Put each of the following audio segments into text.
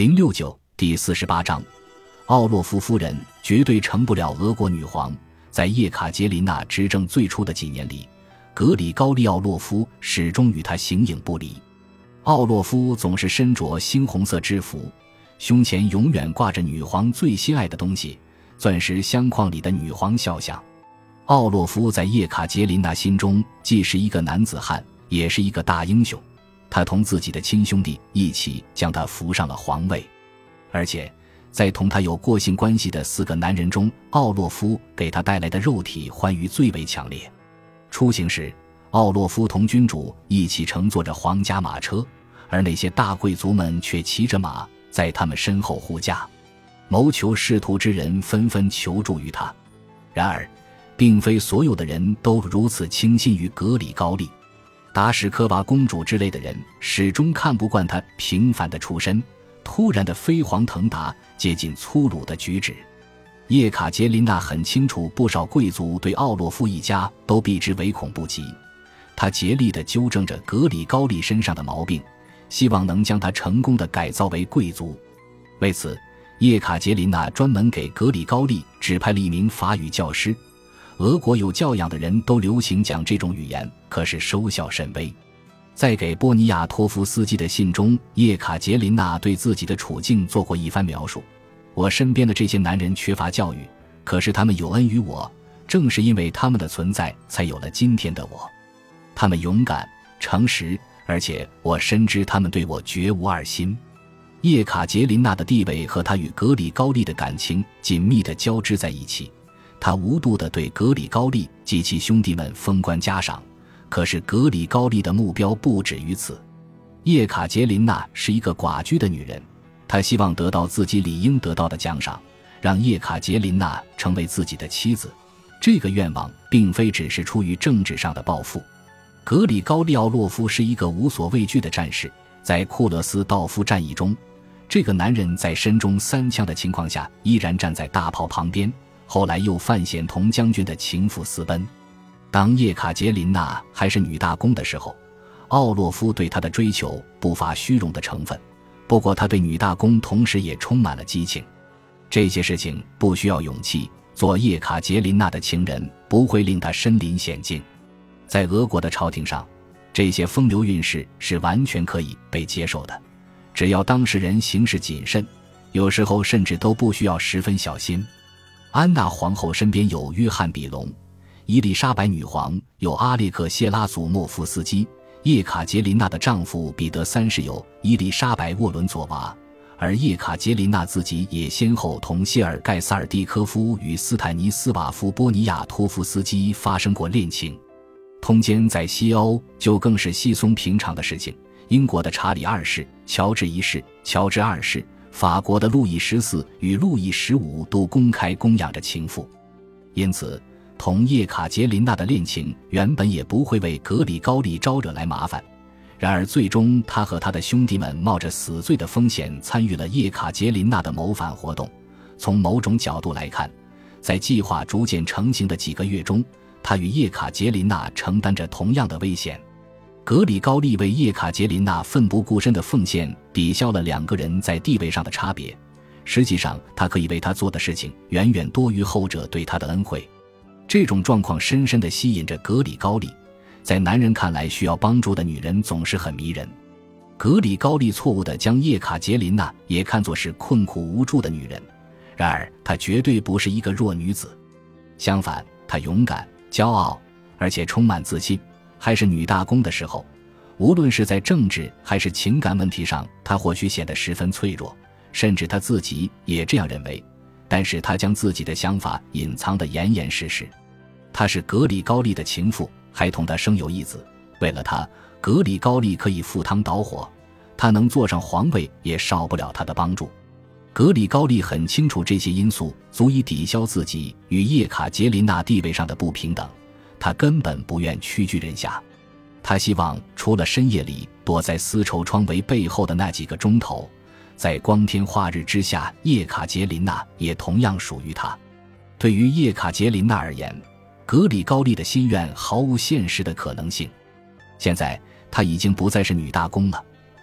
069第48章，奥洛夫夫人绝对成不了俄国女皇。在叶卡捷琳娜执政最初的几年里，格里高利·奥洛夫始终与她形影不离。奥洛夫总是身着猩红色制服，胸前永远挂着女皇最心爱的东西——钻石镶框里的女皇肖像。奥洛夫在叶卡捷琳娜心中既是一个男子汉，也是一个大英雄。他同自己的亲兄弟一起将他扶上了皇位，而且在同他有过性关系的4个男人中，奥洛夫给他带来的肉体欢愉最为强烈。出行时，奥洛夫同君主一起乘坐着皇家马车，而那些大贵族们却骑着马在他们身后护驾。谋求仕途之人纷纷求助于他，然而并非所有的人都如此倾心于格里高利。达什科娃公主之类的人始终看不惯她平凡的出身，突然的飞黄腾达，接近粗鲁的举止。叶卡捷琳娜很清楚，不少贵族对奥洛夫一家都避之唯恐不及。她竭力地纠正着格里高利身上的毛病，希望能将他成功地改造为贵族。为此，叶卡捷琳娜专门给格里高利指派了一名法语教师。俄国有教养的人都流行讲这种语言，可是收效甚微。在给波尼亚托夫斯基的信中，叶卡捷琳娜对自己的处境做过一番描述：我身边的这些男人缺乏教育，可是他们有恩于我，正是因为他们的存在，才有了今天的我。他们勇敢、诚实，而且我深知他们对我绝无二心。叶卡捷琳娜的地位和她与格里高利的感情紧密地交织在一起。他无度地对格里高利及其兄弟们封官加赏，可是格里高利的目标不止于此。叶卡捷琳娜是一个寡居的女人，她希望得到自己理应得到的奖赏，让叶卡捷琳娜成为自己的妻子。这个愿望并非只是出于政治上的抱负。格里高利·奥洛夫是一个无所畏惧的战士，在库勒斯道夫战役中，这个男人在身中3枪的情况下依然站在大炮旁边，后来又犯险同将军的情妇私奔。当叶卡捷琳娜还是女大公的时候，奥洛夫对她的追求不乏虚荣的成分，不过他对女大公同时也充满了激情。这些事情不需要勇气，做叶卡捷琳娜的情人不会令他身临险境。在俄国的朝廷上，这些风流韵事是完全可以被接受的，只要当事人行事谨慎，有时候甚至都不需要十分小心。安娜皇后身边有约翰·比隆，伊丽莎白女皇有阿列克谢拉祖莫夫斯基，叶卡捷琳娜的丈夫彼得3世有伊丽莎白沃伦佐娃，而叶卡捷琳娜自己也先后同谢尔盖·萨尔蒂科夫与斯坦尼斯瓦夫·波尼亚托夫斯基发生过恋情。通奸在西欧就更是稀松平常的事情，英国的查理2世、乔治1世、乔治2世，法国的路易14与路易15都公开供养着情妇。因此同叶卡捷琳娜的恋情原本也不会为格里高利招惹来麻烦，然而最终他和他的兄弟们冒着死罪的风险参与了叶卡捷琳娜的谋反活动。从某种角度来看，在计划逐渐成型的几个月中，他与叶卡捷琳娜承担着同样的危险。格里高利为叶卡捷琳娜奋不顾身的奉献抵消了2个人在地位上的差别，实际上他可以为他做的事情远远多于后者对他的恩惠。这种状况深深地吸引着格里高利，在男人看来需要帮助的女人总是很迷人。格里高利错误地将叶卡捷琳娜也看作是困苦无助的女人，然而她绝对不是一个弱女子，相反，她勇敢、骄傲，而且充满自信。还是女大公的时候，无论是在政治还是情感问题上，她或许显得十分脆弱，甚至她自己也这样认为，但是她将自己的想法隐藏得严严实实。她是格里高利的情妇，还同他生有一子，为了他，格里高利可以赴汤蹈火，他能坐上皇位也少不了他的帮助。格里高利很清楚这些因素足以抵消自己与叶卡捷琳娜地位上的不平等，他根本不愿屈居人下。他希望除了深夜里躲在丝绸窗围背后的那几个钟头，在光天化日之下，叶卡捷琳娜也同样属于他。对于叶卡捷琳娜而言，格里高利的心愿毫无现实的可能性。现在她已经不再是女大公了，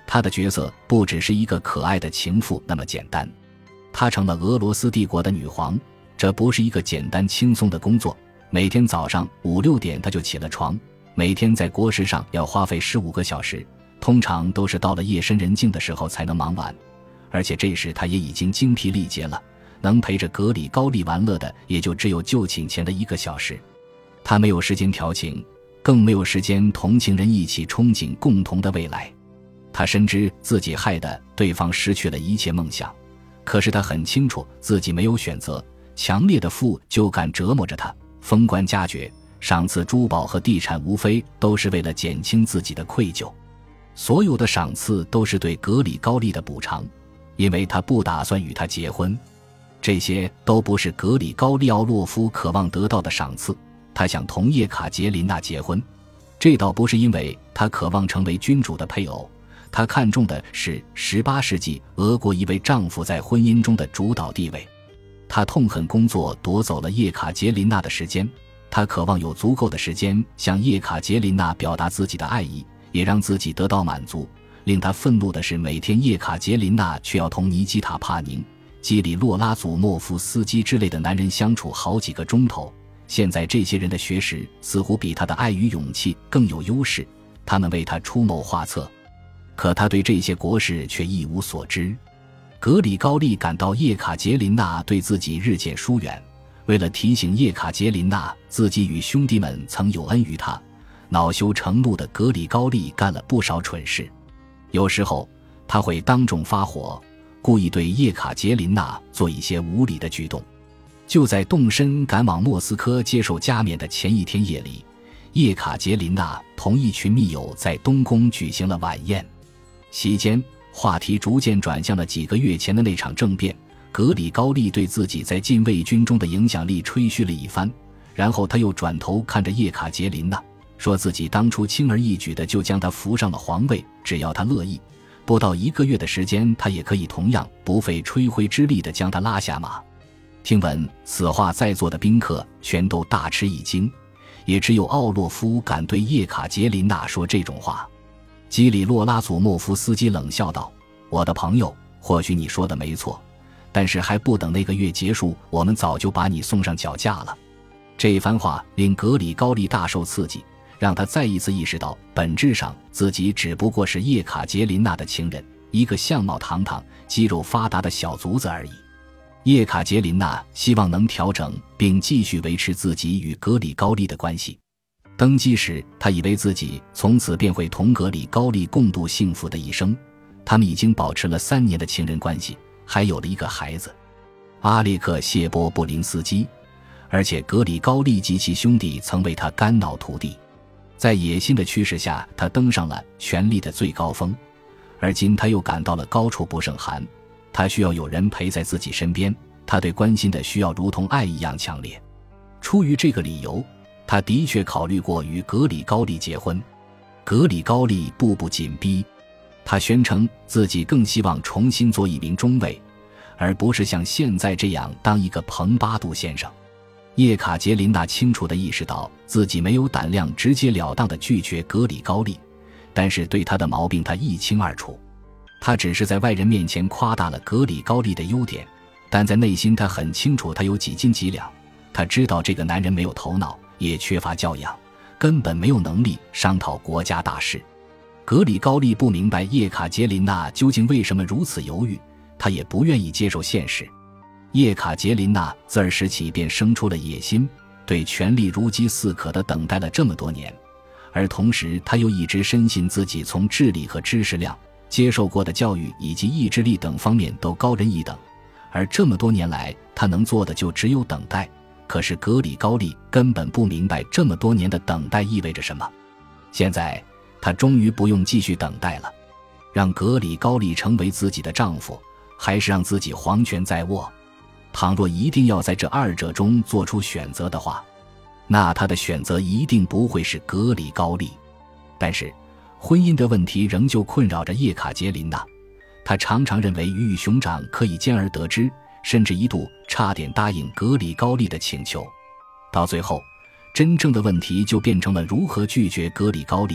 她的角色不只是一个可爱的情妇那么简单，她成了俄罗斯帝国的女皇，这不是一个简单轻松的工作。每天早上5、6点她就起了床，每天在国事上要花费15个小时，通常都是到了夜深人静的时候才能忙完，而且这时她也已经精疲力竭了，能陪着格里高利玩乐的也就只有就寝前的1个小时。她没有时间调情，更没有时间同情人一起憧憬共同的未来。她深知自己害得对方失去了一切梦想，可是她很清楚自己没有选择，强烈的负疚感折磨着她，封官加爵，赏赐珠宝和地产，无非都是为了减轻自己的愧疚。所有的赏赐都是对格里高利的补偿，因为他不打算与她结婚。这些都不是格里高利奥洛夫渴望得到的赏赐，他想同叶卡捷琳娜结婚，这倒不是因为他渴望成为君主的配偶，他看重的是18世纪俄国一位丈夫在婚姻中的主导地位。他痛恨工作夺走了叶卡捷琳娜的时间，他渴望有足够的时间向叶卡捷琳娜表达自己的爱意，也让自己得到满足。令他愤怒的是，每天叶卡捷琳娜却要同尼基塔·帕宁、基里洛拉祖莫夫斯基之类的男人相处好几个钟头。现在这些人的学识似乎比他的爱与勇气更有优势，他们为他出谋划策，可他对这些国事却一无所知。格里高利感到叶卡捷琳娜对自己日渐疏远，为了提醒叶卡捷琳娜自己与兄弟们曾有恩于他，恼羞成怒的格里高利干了不少蠢事。有时候他会当众发火，故意对叶卡捷琳娜做一些无理的举动。就在动身赶往莫斯科接受加冕的前一天夜里，叶卡捷琳娜同一群密友在东宫举行了晚宴。席间话题逐渐转向了几个月前的那场政变，格里高利对自己在禁卫军中的影响力吹嘘了一番，然后他又转头看着叶卡捷琳娜，说自己当初轻而易举地就将她扶上了皇位，只要她乐意，不到1个月的时间，他也可以同样不费吹灰之力地将她拉下马。听闻此话，在座的宾客全都大吃一惊，也只有奥洛夫敢对叶卡捷琳娜说这种话。基里洛拉祖莫夫斯基冷笑道：“我的朋友，或许你说的没错，但是还不等那个月结束，我们早就把你送上绞架了。”这番话令格里高利大受刺激，让他再一次意识到本质上自己只不过是叶卡捷琳娜的情人，一个相貌堂堂、肌肉发达的小卒子而已。叶卡捷琳娜希望能调整并继续维持自己与格里高利的关系。登基时，他以为自己从此便会同格里高利共度幸福的一生。他们已经保持了3年的情人关系，还有了一个孩子阿列克谢波布林斯基，而且格里高利及其兄弟曾为他肝脑涂地。在野心的驱使下，他登上了权力的最高峰，而今他又感到了高处不胜寒，他需要有人陪在自己身边，他对关心的需要如同爱一样强烈。出于这个理由，他的确考虑过与格里高利结婚。格里高利步步紧逼，他宣称自己更希望重新做一名中尉，而不是像现在这样当一个蓬巴杜先生。叶卡捷琳娜清楚地意识到自己没有胆量直截了当地拒绝格里高利，但是对他的毛病他一清二楚。他只是在外人面前夸大了格里高利的优点，但在内心他很清楚他有几斤几两。他知道这个男人没有头脑，也缺乏教养，根本没有能力商讨国家大事。格里高利不明白叶卡捷琳娜究竟为什么如此犹豫，他也不愿意接受现实。叶卡捷琳娜自儿时起便生出了野心，对权力如饥似渴地等待了这么多年，而同时他又一直深信自己从智力和知识量、接受过的教育以及意志力等方面都高人一等，而这么多年来他能做的就只有等待。可是格里高利根本不明白这么多年的等待意味着什么。现在他终于不用继续等待了，让格里高利成为自己的丈夫，还是让自己皇权在握。倘若一定要在这2者中做出选择的话，那他的选择一定不会是格里高利。但是婚姻的问题仍旧困扰着叶卡捷琳娜，她常常认为鱼与熊掌可以兼而得之，甚至一度差点答应格里高利的请求。到最后，真正的问题就变成了如何拒绝格里高利，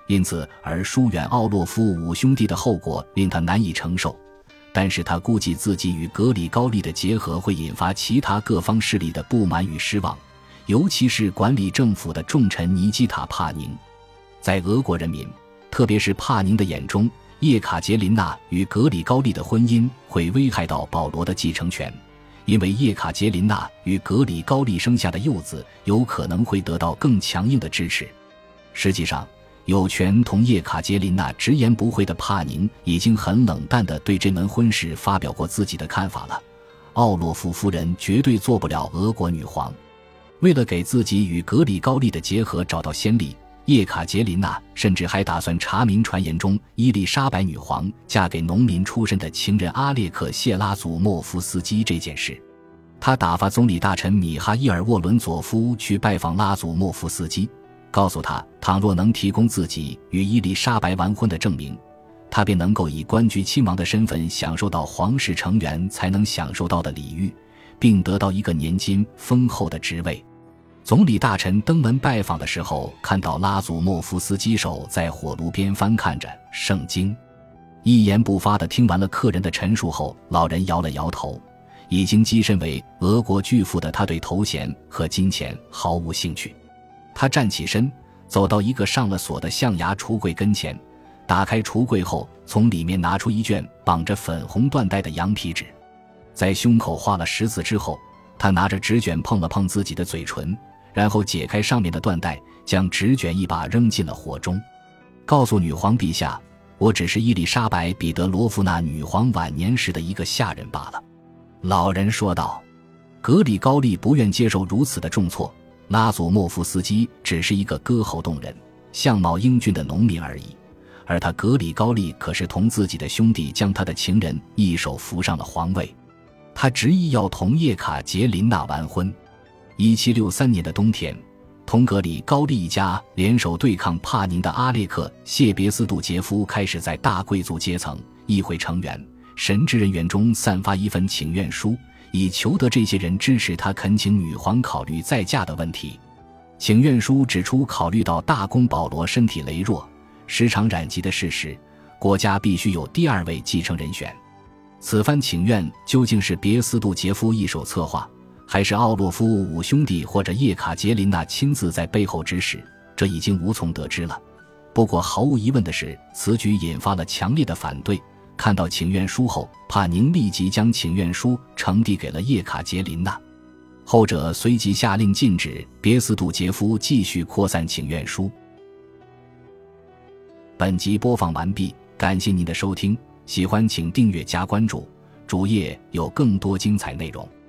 因此而疏远奥洛夫五兄弟的后果令他难以承受。但是他估计自己与格里高利的结合会引发其他各方势力的不满与失望，尤其是管理政府的重臣尼基塔·帕宁。在俄国人民，特别是帕宁的眼中，叶卡捷琳娜与格里高利的婚姻会危害到保罗的继承权，因为叶卡捷琳娜与格里高利生下的幼子有可能会得到更强硬的支持。实际上，有权同叶卡捷琳娜直言不讳的帕宁已经很冷淡地对这门婚事发表过自己的看法了。奥洛夫夫人绝对做不了俄国女皇。为了给自己与格里高利的结合找到先例，叶卡捷琳娜甚至还打算查明传言中伊丽莎白女皇嫁给农民出身的情人阿列克谢拉祖莫夫斯基这件事。他打发总理大臣米哈伊尔·沃伦佐夫去拜访拉祖莫夫斯基，告诉他倘若能提供自己与伊丽莎白完婚的证明，他便能够以官居亲王的身份享受到皇室成员才能享受到的礼遇，并得到一个年金丰厚的职位。总理大臣登门拜访的时候，看到拉祖莫夫斯基手在火炉边翻看着圣经，一言不发地听完了客人的陈述后，老人摇了摇头。已经跻身为俄国巨富的他对头衔和金钱毫无兴趣。他站起身，走到一个上了锁的象牙橱柜跟前，打开橱柜后，从里面拿出一卷绑着粉红缎带的羊皮纸，在胸口画了十字之后，他拿着纸卷碰了碰自己的嘴唇，然后解开上面的缎带，将纸卷一把扔进了火中，告诉女皇陛下，我只是伊丽莎白·彼得罗夫娜女皇晚年时的一个下人罢了。老人说道。格里高利不愿接受如此的重挫，拉祖莫夫斯基只是一个歌喉动人、相貌英俊的农民而已，而他格里高利可是同自己的兄弟将他的情人一手扶上了皇位。他执意要同叶卡捷琳娜完婚。1763年的冬天，同格里高利一家联手对抗帕宁的阿列克谢别斯杜杰夫开始在大贵族阶层、议会成员、神职人员中散发一份请愿书，以求得这些人支持他恳请女皇考虑再嫁的问题。请愿书指出，考虑到大公保罗身体羸弱、时常染疾的事实，国家必须有第二位继承人选。此番请愿究竟是别斯杜杰夫一手策划，还是奥洛夫五兄弟或者叶卡捷琳娜亲自在背后指使，这已经无从得知了。不过毫无疑问的是，此举引发了强烈的反对。看到请愿书后，帕宁立即将请愿书呈递给了叶卡捷琳娜，后者随即下令禁止别斯杜杰夫继续扩散请愿书。本集播放完毕，感谢您的收听，喜欢请订阅加关注，主页有更多精彩内容。